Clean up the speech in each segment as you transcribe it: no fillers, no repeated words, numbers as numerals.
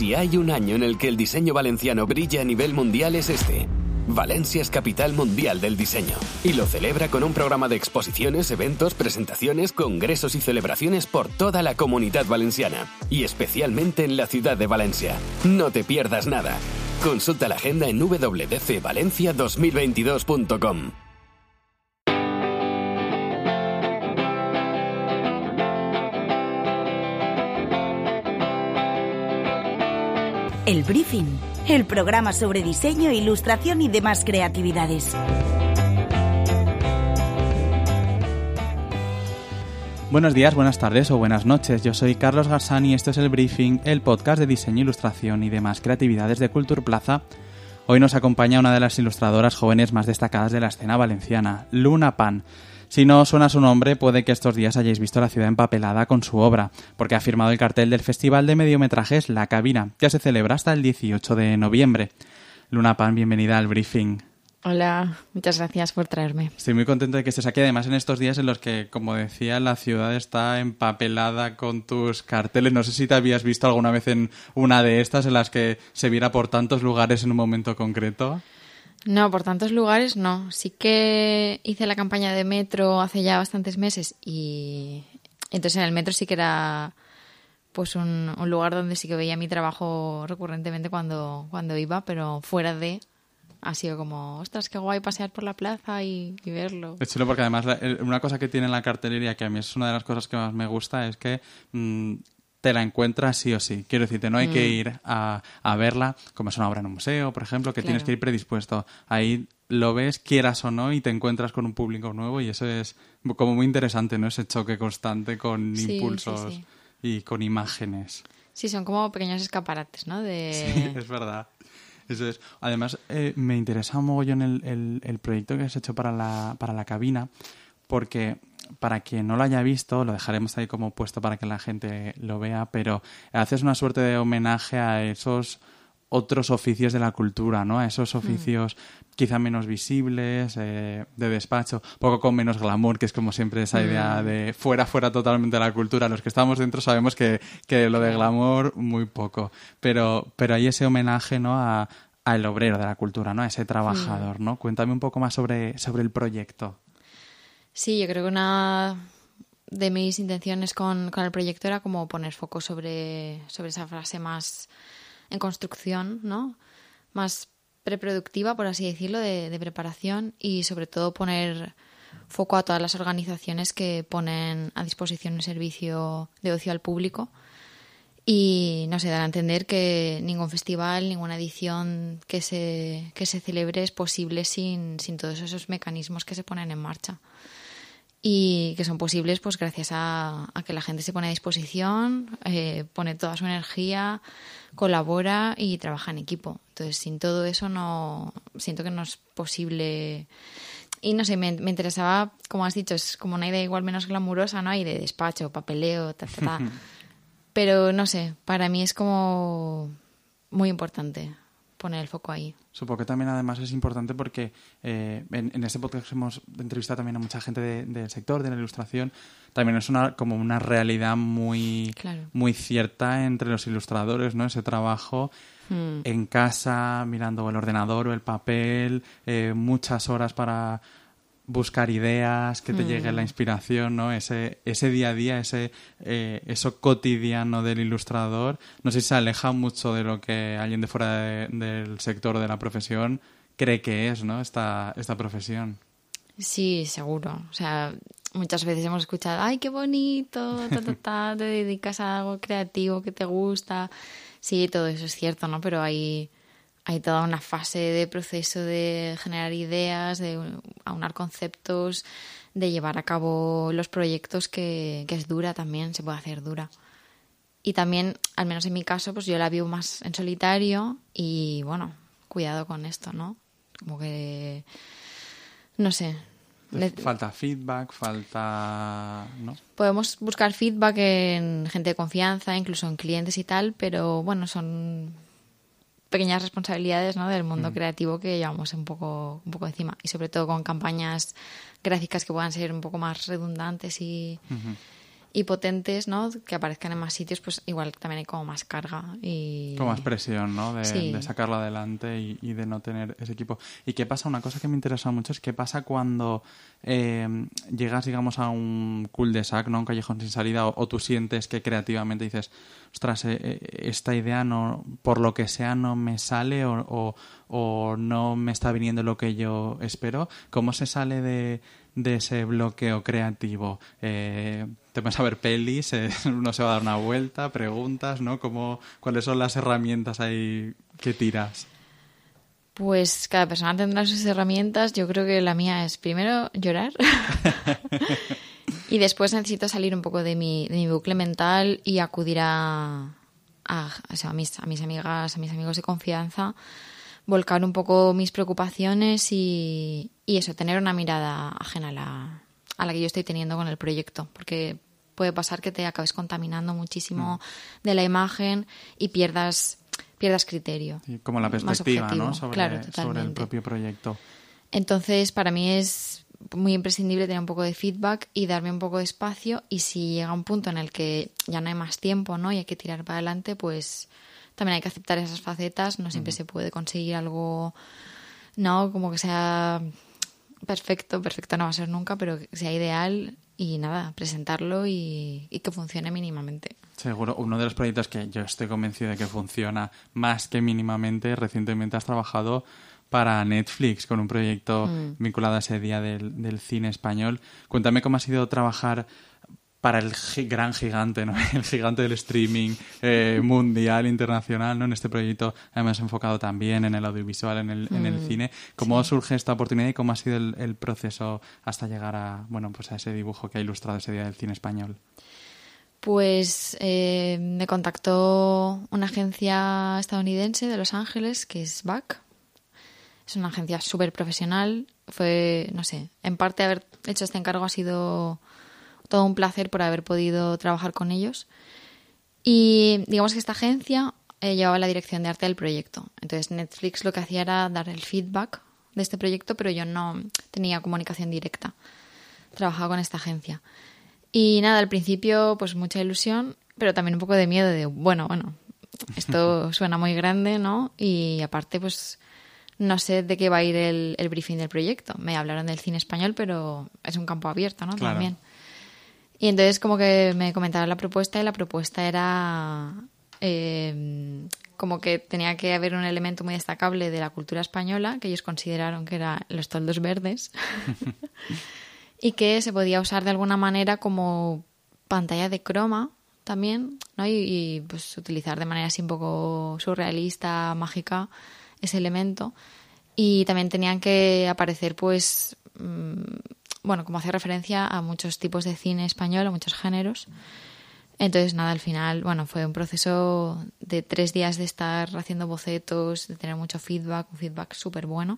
Si hay un año en el que el diseño valenciano brilla a nivel mundial es este. Valencia es capital mundial del diseño y lo celebra con un programa de exposiciones, eventos, presentaciones, congresos y celebraciones por toda la comunidad valenciana y especialmente en la ciudad de Valencia. No te pierdas nada. Consulta la agenda en www.valencia2022.com. El Briefing, el programa sobre diseño, ilustración y demás creatividades. Buenos días, buenas tardes o buenas noches. Yo soy Carlos Garzán y esto es El Briefing, el podcast de diseño, ilustración y demás creatividades de Kulturplaza. Hoy nos acompaña una de las ilustradoras jóvenes más destacadas de la escena valenciana, Luna Pan. Si no os suena su nombre, puede que estos días hayáis visto la ciudad empapelada con su obra, porque ha firmado el cartel del Festival de Mediometrajes La Cabina, que se celebra hasta el 18 de noviembre. Luna Pan, bienvenida al Briefing. Hola, muchas gracias por traerme. Estoy muy contento de que estés aquí, además en estos días en los que, como decía, la ciudad está empapelada con tus carteles. No sé si te habías visto alguna vez en una de estas en las que se viera por tantos lugares en un momento concreto. No, por tantos lugares no. Sí que hice la campaña de metro hace ya bastantes meses y entonces en el metro sí que era pues un lugar donde sí que veía mi trabajo recurrentemente cuando iba, pero fuera de... Ha sido como, ostras, qué guay pasear por la plaza y verlo. Es chulo porque además una cosa que tiene la cartelería, que a mí es una de las cosas que más me gusta, es que te la encuentras sí o sí. Quiero decirte, no hay que ir a verla como es una obra en un museo, por ejemplo, que Claro. tienes que ir predispuesto. Ahí lo ves, quieras o no, y te encuentras con un público nuevo y eso es como muy interesante, ¿no? Ese choque constante con impulsos sí. y con imágenes. Sí, son como pequeños escaparates, ¿no? Sí, es verdad. Eso es. Además, me interesa un mogollón el proyecto que has hecho para la cabina, porque para quien no lo haya visto, lo dejaremos ahí como puesto para que la gente lo vea, pero haces una suerte de homenaje a esos otros oficios de la cultura, ¿no? A esos oficios quizá menos visibles, de despacho, poco con menos glamour, que es como siempre esa idea de fuera totalmente de la cultura. Los que estamos dentro sabemos que lo de glamour muy poco, pero hay ese homenaje, ¿no? al obrero de la cultura, ¿no? A ese trabajador, ¿no? Cuéntame un poco más sobre el proyecto. Sí, yo creo que una de mis intenciones con el proyecto era como poner foco sobre esa frase más en construcción, ¿no? Más preproductiva, por así decirlo, de preparación y sobre todo poner foco a todas las organizaciones que ponen a disposición un servicio de ocio al público y, no sé, dar a entender que ningún festival, ninguna edición que se celebre es posible sin todos esos mecanismos que se ponen en marcha. Y que son posibles pues gracias a que la gente se pone a disposición, pone toda su energía, colabora y trabaja en equipo. Entonces, sin todo eso no siento que no es posible. Y no sé, me interesaba, como has dicho, es como una idea igual menos glamurosa, ¿no? Y de despacho, papeleo, ta. Pero no sé, para mí es como muy importante poner el foco ahí. Supongo que también además es importante porque en este podcast hemos entrevistado también a mucha gente del sector, de la ilustración. También es como una realidad muy, Claro. muy cierta entre los ilustradores, ¿no? Ese trabajo en casa, mirando el ordenador o el papel, muchas horas para buscar ideas, que te llegue la inspiración, ¿no? Ese día a día, eso cotidiano del ilustrador, no sé si se aleja mucho de lo que alguien de fuera del sector de la profesión cree que es, ¿no? Esta profesión. Sí, seguro. O sea, muchas veces hemos escuchado, ¡ay, qué bonito! Te dedicas a algo creativo que te gusta. Sí, todo eso es cierto, ¿no? Pero hay toda una fase de proceso de generar ideas, de aunar conceptos, de llevar a cabo los proyectos que es dura también, se puede hacer dura. Y también, al menos en mi caso, pues yo la vivo más en solitario y, bueno, cuidado con esto, ¿no? Como que, no sé. Falta feedback, ¿no? Podemos buscar feedback en gente de confianza, incluso en clientes y tal, pero, bueno, son pequeñas responsabilidades, ¿no? Del mundo creativo que llevamos un poco encima y sobre todo con campañas gráficas que puedan ser un poco más redundantes y y potentes, ¿no? Que aparezcan en más sitios, pues igual también hay como más carga y... Con más presión, ¿no? Sí. De sacarlo adelante y de no tener ese equipo. ¿Y qué pasa? Una cosa que me interesa mucho es qué pasa cuando llegas, digamos, a un cul-de-sac, ¿no? Un callejón sin salida, o tú sientes que creativamente dices, ostras, esta idea no, por lo que sea no me sale o no me está viniendo lo que yo espero. ¿Cómo se sale de ese bloqueo creativo? Te vas a ver pelis, uno se va a dar una vuelta, preguntas, ¿no? ¿Cuáles son las herramientas ahí que tiras? Pues cada persona tendrá sus herramientas. Yo creo que la mía es primero llorar y después necesito salir un poco de mi bucle mental y acudir a mis amigas, a mis amigos de confianza, volcar un poco mis preocupaciones y eso, tener una mirada ajena a la que yo estoy teniendo con el proyecto, porque puede pasar que te acabes contaminando muchísimo de la imagen y pierdas criterio. Sí, como la perspectiva, ¿no? Sobre el Totalmente. propio proyecto. Entonces, para mí es muy imprescindible tener un poco de feedback y darme un poco de espacio, y si llega un punto en el que ya no hay más tiempo, ¿no? Y hay que tirar para adelante, pues también hay que aceptar esas facetas. No siempre se puede conseguir algo, ¿no? Como que sea perfecto no va a ser nunca, pero que sea ideal y nada, presentarlo y que funcione mínimamente. Seguro. Uno de los proyectos que yo estoy convencido de que funciona más que mínimamente, recientemente has trabajado para Netflix con un proyecto vinculado a ese día del cine español. Cuéntame cómo ha sido trabajar para el gran gigante, ¿no? El gigante del streaming mundial, internacional, ¿no? En este proyecto además enfocado también en el audiovisual, en el cine. ¿Cómo surge esta oportunidad y cómo ha sido el proceso hasta llegar a ese dibujo que ha ilustrado ese día del cine español? Pues me contactó una agencia estadounidense de Los Ángeles, que es BAC. Es una agencia súper profesional. Fue, no sé, en parte haber hecho este encargo ha sido todo un placer por haber podido trabajar con ellos. Y digamos que esta agencia llevaba la dirección de arte del proyecto. Entonces Netflix lo que hacía era dar el feedback de este proyecto, pero yo no tenía comunicación directa. Trabajaba con esta agencia. Y nada, al principio pues mucha ilusión, pero también un poco de miedo de, bueno, esto suena muy grande, ¿no? Y aparte pues no sé de qué va a ir el briefing del proyecto. Me hablaron del cine español, pero es un campo abierto, ¿no? Claro. También. Y entonces como que me comentaron la propuesta y la propuesta era como que tenía que haber un elemento muy destacable de la cultura española, que ellos consideraron que eran los toldos verdes. Y que se podía usar de alguna manera como pantalla de croma también, ¿no? Y pues utilizar de manera así un poco surrealista, mágica, ese elemento. Y también tenían que aparecer, pues, como hacer referencia a muchos tipos de cine español, a muchos géneros. Entonces, nada, al final, fue un proceso de 3 días de estar haciendo bocetos, de tener mucho feedback, un feedback súper bueno.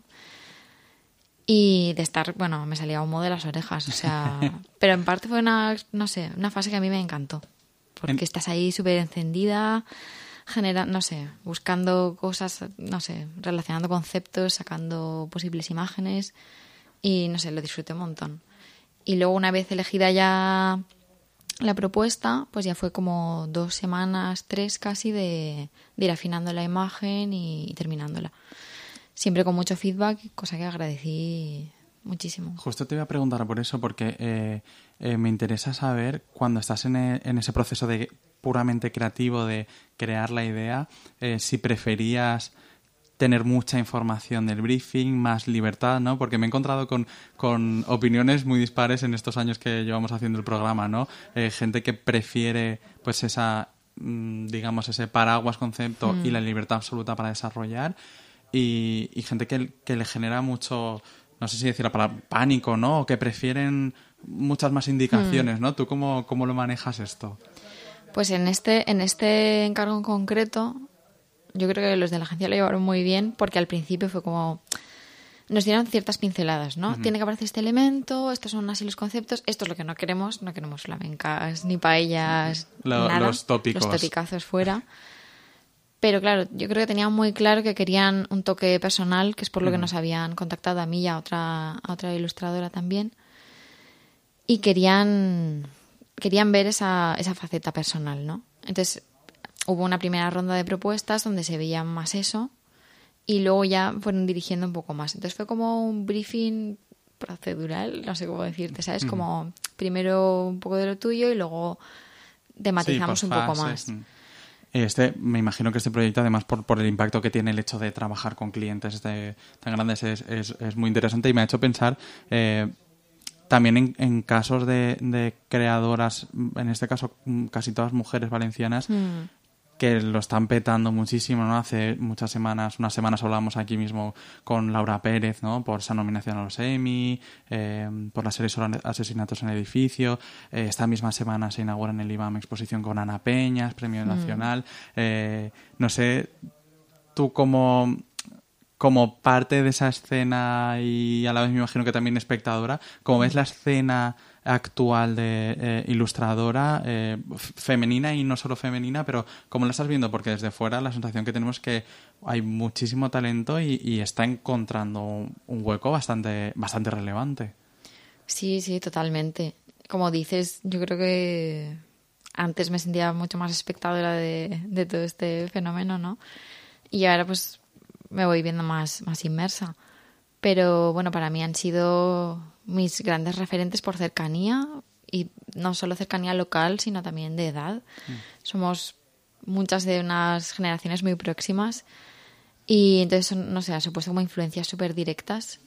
Y de estar, me salía humo de las orejas, o sea... Pero en parte fue una fase que a mí me encantó. Porque estás ahí súper encendida, buscando cosas, relacionando conceptos, sacando posibles imágenes. Y, lo disfruté un montón. Y luego, una vez elegida ya la propuesta, pues ya fue como 2 semanas, 3 casi, de ir afinando la imagen y terminándola. Siempre con mucho feedback, cosa que agradecí muchísimo. Justo te iba a preguntar por eso, porque me interesa saber, cuando estás en ese proceso de puramente creativo de crear la idea, si preferías tener mucha información del briefing, más libertad, ¿no? Porque me he encontrado con opiniones muy dispares en estos años que llevamos haciendo el programa, ¿no? Gente que prefiere, pues, ese paraguas concepto y la libertad absoluta para desarrollar. Y gente que le genera mucho, no sé si decir la palabra, pánico, ¿no? O que prefieren muchas más indicaciones, ¿no? ¿Tú cómo lo manejas esto? Pues en este encargo en concreto, yo creo que los de la agencia lo llevaron muy bien, porque al principio fue como... Nos dieron ciertas pinceladas, ¿no? Tiene que aparecer este elemento, estos son así los conceptos, esto es lo que no queremos flamencas, ni paellas, nada. Los tópicos. Los topicazos fuera. Pero claro, yo creo que tenían muy claro que querían un toque personal, que es por lo que nos habían contactado a mí y a otra ilustradora también. Y querían querían ver esa faceta personal, ¿no? Entonces hubo una primera ronda de propuestas donde se veía más eso y luego ya fueron dirigiendo un poco más. Entonces fue como un briefing procedural, no sé cómo decirte, ¿sabes? Como primero un poco de lo tuyo y luego tematizamos un poco más. Me imagino que este proyecto, además, por el impacto que tiene el hecho de trabajar con clientes tan grandes, es muy interesante y me ha hecho pensar también en casos de creadoras, en este caso casi todas mujeres valencianas, que lo están petando muchísimo, ¿no? Hace unas semanas hablábamos aquí mismo con Laura Pérez, ¿no? Por esa nominación a los Emmy, por la serie sobre asesinatos en el edificio. Esta misma semana se inaugura en el IBAM exposición con Ana Peñas, premio nacional. No sé, tú como parte de esa escena y a la vez me imagino que también espectadora, ¿cómo ves la escena actual de ilustradora femenina y no solo femenina, pero cómo la estás viendo? Porque desde fuera la sensación que tenemos es que hay muchísimo talento y está encontrando un hueco bastante relevante. Sí, totalmente. Como dices, yo creo que antes me sentía mucho más espectadora de todo este fenómeno, ¿no? Y ahora pues me voy viendo más inmersa. Pero bueno, para mí han sido mis grandes referentes por cercanía, y no solo cercanía local, sino también de edad. Somos muchas de unas generaciones muy próximas y entonces, no sé, ha supuesto como influencias súper directas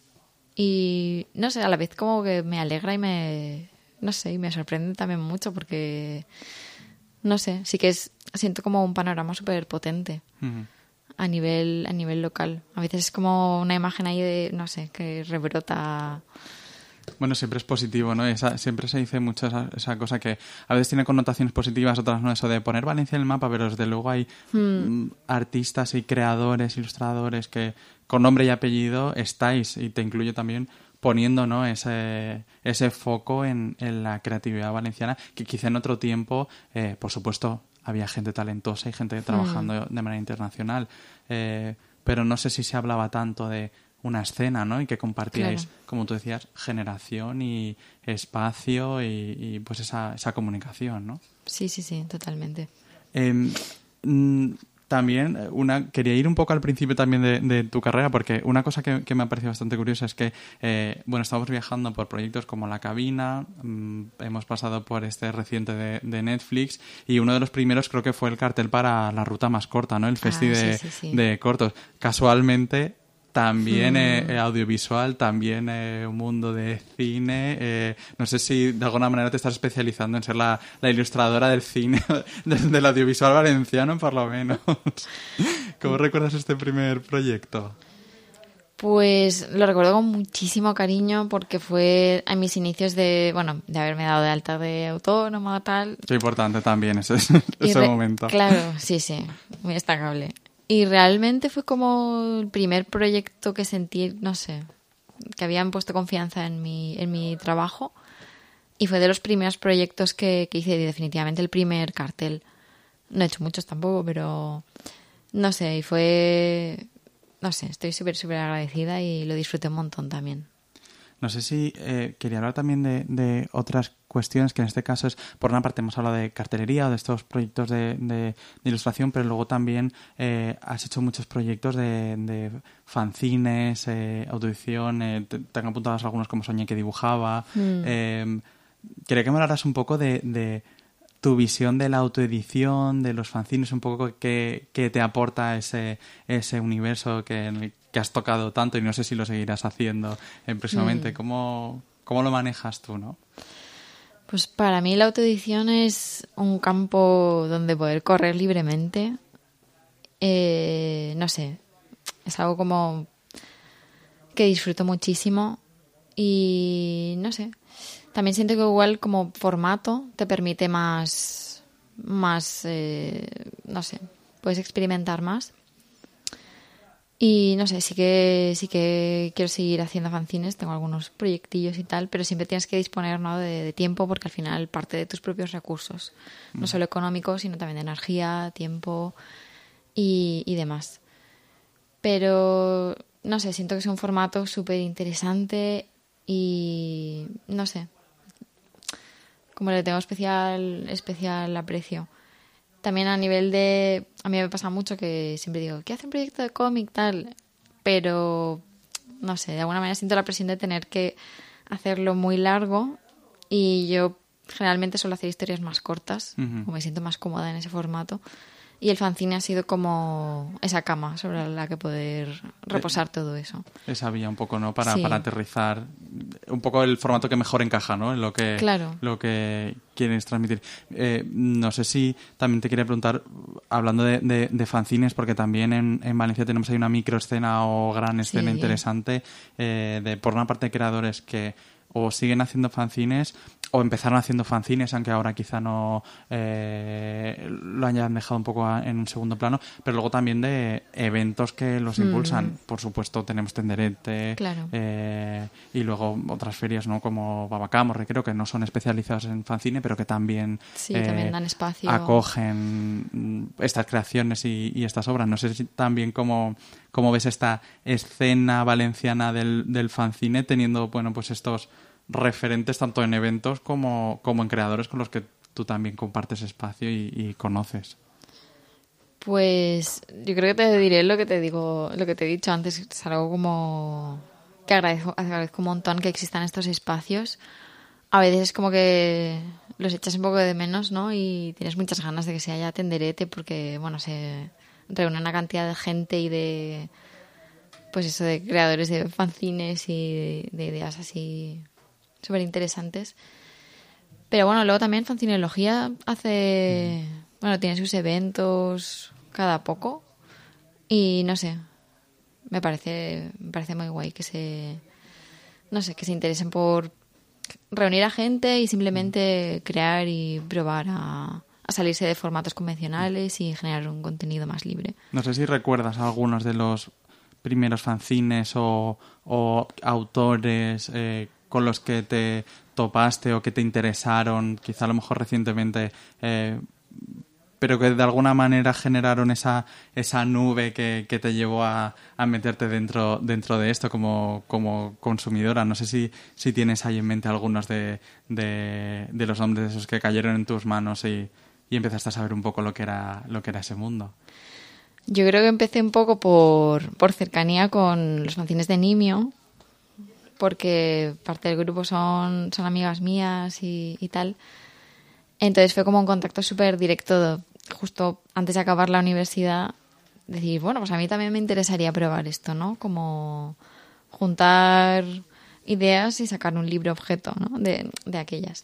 y, no sé, a la vez como que me alegra y me sorprende también mucho porque, no sé, sí que siento como un panorama súper potente. A nivel local. A veces es como una imagen ahí de, no sé, que rebrota. Bueno, siempre es positivo, ¿no? Siempre se dice mucho esa cosa que a veces tiene connotaciones positivas, otras no, eso de poner Valencia en el mapa, pero desde luego hay artistas y creadores, ilustradores que con nombre y apellido estáis, y te incluyo también, poniendo, ¿no? ese foco en la creatividad valenciana, que quizá en otro tiempo, por supuesto, había gente talentosa y gente trabajando de manera internacional, pero no sé si se hablaba tanto de una escena, ¿no? Y que compartíais, claro, como tú decías, generación y espacio y pues esa comunicación, ¿no? Sí, totalmente. También quería ir un poco al principio también de tu carrera, porque una cosa que me ha parecido bastante curiosa es que, estamos viajando por proyectos como La Cabina, hemos pasado por este reciente de Netflix, y uno de los primeros creo que fue el cartel para La Ruta Más Corta, ¿no? El festi de cortos. Casualmente, también audiovisual, también un mundo de cine. No sé si de alguna manera te estás especializando en ser la ilustradora del cine, del audiovisual valenciano, por lo menos. ¿Cómo recuerdas este primer proyecto? Pues lo recuerdo con muchísimo cariño porque fue a mis inicios de haberme dado de alta de autónoma o tal. Qué importante también ese momento. Claro, sí, muy destacable. Y realmente fue como el primer proyecto que sentí, no sé, que habían puesto confianza en mi trabajo. Y fue de los primeros proyectos que hice, definitivamente el primer cartel. No he hecho muchos tampoco, pero no sé, y fue... No sé, estoy súper agradecida y lo disfruté un montón también. No sé si quería hablar también de otras cuestiones, que en este caso es, por una parte hemos hablado de cartelería o de estos proyectos de ilustración, pero luego también has hecho muchos proyectos de fanzines, autoedición, tengo apuntados algunos como Soñé que dibujaba. Quería que me hablaras un poco de tu visión de la autoedición, de los fanzines, un poco qué te aporta ese universo que has tocado tanto y no sé si lo seguirás haciendo próximamente. ¿Cómo lo manejas tú, no? Pues para mí la autoedición es un campo donde poder correr libremente. No sé, es algo como que disfruto muchísimo y no sé. También siento que igual como formato te permite más no sé, puedes experimentar más. Y no sé, sí que quiero seguir haciendo fanzines, tengo algunos proyectillos y tal, pero siempre tienes que disponer, ¿no?, de tiempo, porque al final parte de tus propios recursos, no solo económicos, sino también de energía, tiempo y demás. Pero no sé, siento que es un formato súper interesante y no sé, como le tengo especial aprecio. También a nivel de... A mí me pasa mucho que siempre digo, ¿qué hace un proyecto de cómic tal? Pero, no sé, de alguna manera siento la presión de tener que hacerlo muy largo y yo generalmente suelo hacer historias más cortas, o me siento más cómoda en ese formato. Y el fanzine ha sido como esa cama sobre la que poder reposar todo eso. Esa vía un poco, ¿no? Para Sí. aterrizar un poco el formato que mejor encaja, ¿no? En Claro. lo que quieres transmitir. No sé si también te quería preguntar, hablando de fanzines, porque también en Valencia tenemos ahí una microescena o gran escena Sí. interesante por una parte de creadores que o siguen haciendo fanzines o empezaron haciendo fanzines, aunque ahora quizá no lo hayan dejado un poco en un segundo plano, pero luego también de eventos que los impulsan. Por supuesto tenemos Tenderete, Claro. y luego otras ferias, ¿no? Como Babacamo, Recreo, que no son especializados en fanzine, pero que también, Sí, también dan espacio. acogen estas creaciones y estas obras. No sé si también cómo ves esta escena valenciana del fanzine teniendo, bueno, pues estos referentes tanto en eventos como en creadores con los que tú también compartes espacio y conoces. Pues yo creo que te diré lo que te he dicho antes, es algo como que agradezco un montón que existan estos espacios. A veces es como que los echas un poco de menos, ¿no? Y tienes muchas ganas de que se haya Tenderete porque, bueno, se reúne una cantidad de gente y de, pues eso, de creadores de fanzines y de ideas así súper interesantes. Pero bueno, luego también Fanzinología tiene sus eventos cada poco y no sé, me parece muy guay que se interesen por reunir a gente y simplemente crear y probar a salirse de formatos convencionales y generar un contenido más libre. No sé si recuerdas algunos de los primeros fanzines o autores con los que te topaste o que te interesaron, quizá a lo mejor recientemente, pero que de alguna manera generaron esa nube que te llevó a meterte dentro de esto como consumidora. No sé si tienes ahí en mente algunos de los nombres de esos que cayeron en tus manos y empezaste a saber un poco lo que era ese mundo. Yo creo que empecé un poco por cercanía con los fanzines de Nimio, porque parte del grupo son amigas mías y tal. Entonces fue como un contacto súper directo, justo antes de acabar la universidad, decir, bueno, pues a mí también me interesaría probar esto, ¿no? Como juntar ideas y sacar un libro objeto, ¿no? De aquellas.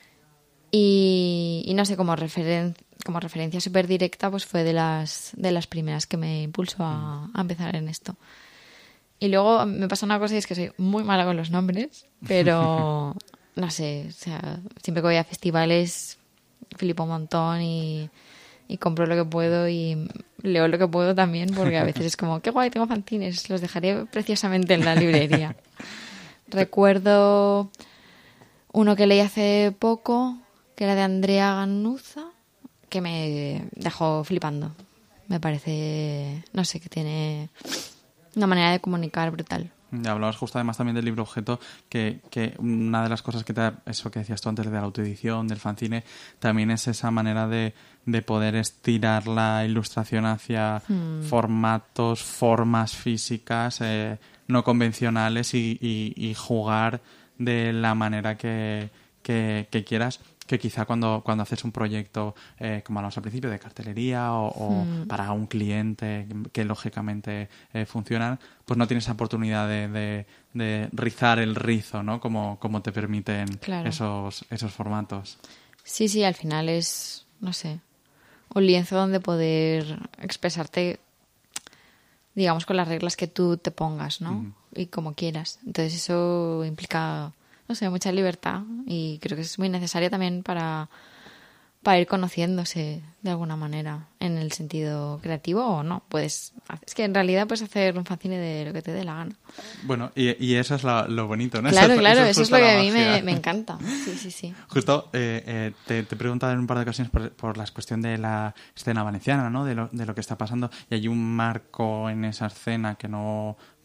Y no sé, como referencia súper directa, pues fue de las primeras que me impulsó a empezar en esto. Y luego me pasa una cosa y es que soy muy mala con los nombres, pero no sé, o sea, siempre que voy a festivales flipo un montón y compro lo que puedo y leo lo que puedo también, porque a veces es como, qué guay, tengo fanzines, los dejaré preciosamente en la librería. Recuerdo uno que leí hace poco, que era de Andrea Ganuza, que me dejó flipando. Me parece, no sé, que tiene una manera de comunicar brutal. Ya hablabas justo además también del libro objeto, que una de las cosas que eso que decías tú antes de la autoedición, del fanzine, también es esa manera de poder estirar la ilustración hacia formatos, formas físicas no convencionales y jugar de la manera que quieras, que quizá cuando haces un proyecto, como hablamos al principio, de cartelería o para un cliente que lógicamente funcionan, pues no tienes esa oportunidad de rizar el rizo, ¿no? Como te permiten Claro. esos formatos. Sí, al final es, no sé, un lienzo donde poder expresarte, digamos, con las reglas que tú te pongas, ¿no? Y como quieras. Entonces eso implica, no sé, mucha libertad y creo que es muy necesaria también para ir conociéndose de alguna manera en el sentido creativo o no. Es que en realidad puedes hacer un fanzine de lo que te dé la gana. Bueno, y eso es lo bonito, ¿no? Claro, eso es justo lo que la a mí magia. me encanta. Sí. Justo te he preguntado en un par de ocasiones por la cuestión de la escena valenciana, ¿no? De lo que está pasando. Y hay un marco en esa escena que no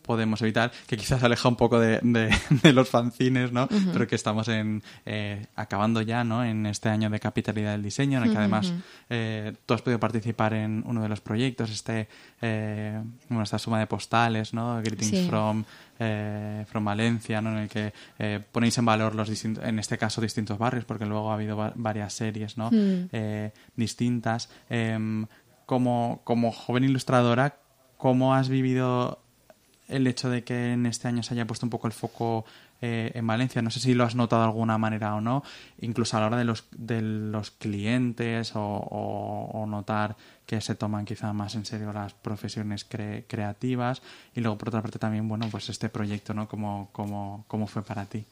podemos evitar, que quizás aleja un poco de los fanzines, ¿no? Pero que estamos acabando ya, ¿no? En este año de capitalidad del diseño, en el que además tú has podido participar en uno de los proyectos, esta suma de postales, ¿no? Greetings from Valencia, ¿no? En el que ponéis en valor en este caso distintos barrios, porque luego ha habido varias series, ¿no? Distintas. Como joven ilustradora, ¿cómo has vivido el hecho de que en este año se haya puesto un poco el foco en Valencia? No sé si lo has notado de alguna manera o no, incluso a la hora de los clientes o notar que se toman quizá más en serio las profesiones creativas. Y luego, por otra parte, también, bueno, pues este proyecto, ¿no? ¿Cómo fue para ti?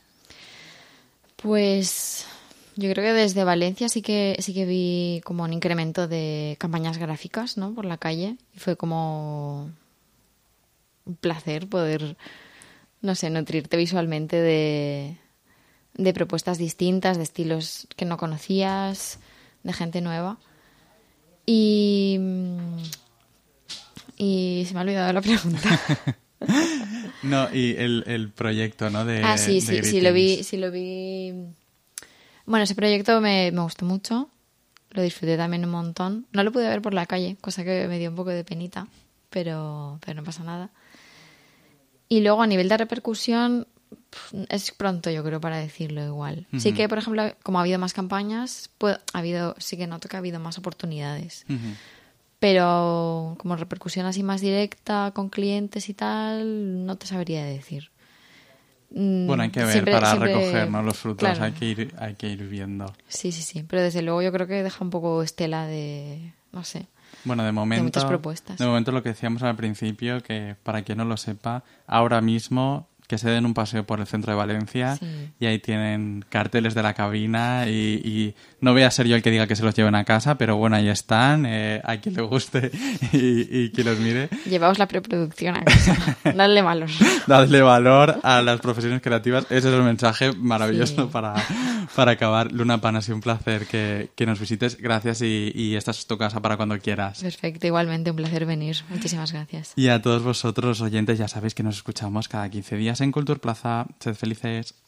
Pues yo creo que desde Valencia sí que vi como un incremento de campañas gráficas, ¿no? Por la calle. Y fue como un placer poder, no sé, nutrirte visualmente de propuestas distintas, de estilos que no conocías, de gente nueva. Y se me ha olvidado la pregunta. No, y el proyecto, ¿no? Sí lo vi. Bueno, ese proyecto me gustó mucho. Lo disfruté también un montón. No lo pude ver por la calle, cosa que me dio un poco de penita, pero no pasa nada. Y luego, a nivel de repercusión, es pronto, yo creo, para decirlo igual. Uh-huh. Sí que, por ejemplo, como ha habido más campañas, sí que noto que ha habido más oportunidades. Uh-huh. Pero como repercusión así más directa con clientes y tal, no te sabría decir. Bueno, hay que ver para recoger, ¿no? Los frutos, claro. hay que ir viendo. Sí. Pero desde luego yo creo que deja un poco estela de, no sé. Bueno, de muchas propuestas. De momento lo que decíamos al principio, que para quien no lo sepa, ahora mismo que se den un paseo por el centro de Valencia y ahí tienen carteles de la cabina y no voy a ser yo el que diga que se los lleven a casa, pero bueno, ahí están, a quien le guste y quien los mire. Llevaos la preproducción a casa, dadle valor. Dadle valor a las profesiones creativas, ese es el mensaje maravilloso para acabar. Luna Pan, ha sido un placer que nos visites, gracias y esta es tu casa para cuando quieras. Perfecto, igualmente un placer venir, muchísimas gracias. Y a todos vosotros oyentes, ya sabéis que nos escuchamos cada 15 días en Culturplaza. Sed felices.